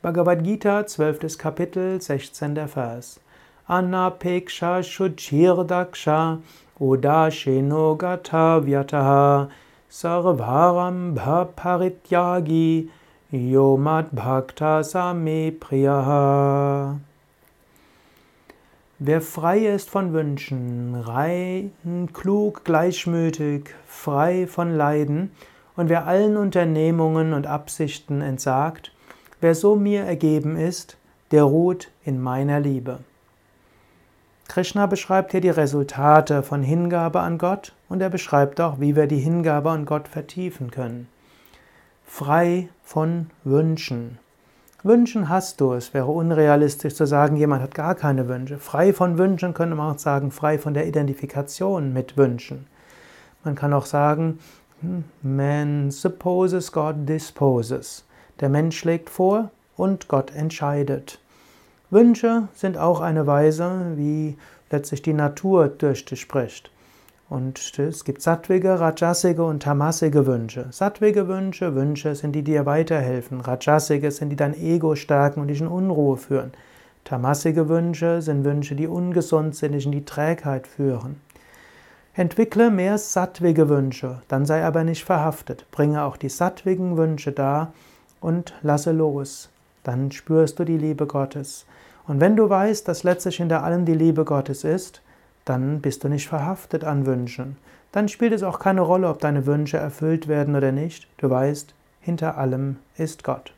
Bhagavad Gita, 12. Kapitel, 16. Vers. Anapeksha shuchirdaksha udasheno gata vyataha sarvarambha parityagi yomat bhakta same priyaha. Wer frei ist von Wünschen, rein, klug, gleichmütig, frei von Leiden und wer allen Unternehmungen und Absichten entsagt, wer so mir ergeben ist, der ruht in meiner Liebe. Krishna beschreibt hier die Resultate von Hingabe an Gott und er beschreibt auch, wie wir die Hingabe an Gott vertiefen können. Frei von Wünschen. Wünschen hast du, es wäre unrealistisch zu sagen, jemand hat gar keine Wünsche. Frei von Wünschen könnte man auch sagen, frei von der Identifikation mit Wünschen. Man kann auch sagen, man supposes, God disposes. Der Mensch schlägt vor und Gott entscheidet. Wünsche sind auch eine Weise, wie letztlich die Natur durch dich spricht. Und es gibt sattvige, rajasige und tamasige Wünsche. Sattvige Wünsche sind die, die dir weiterhelfen. Rajasige sind die dein Ego stärken und dich in Unruhe führen. Tamasige Wünsche sind Wünsche, die ungesund sind, dich in die Trägheit führen. Entwickle mehr sattwige Wünsche, dann sei aber nicht verhaftet. Bringe auch die sattwigen Wünsche dar und lasse los. Dann spürst du die Liebe Gottes. Und wenn du weißt, dass letztlich hinter allem die Liebe Gottes ist, dann bist du nicht verhaftet an Wünschen. Dann spielt es auch keine Rolle, ob deine Wünsche erfüllt werden oder nicht. Du weißt, hinter allem ist Gott.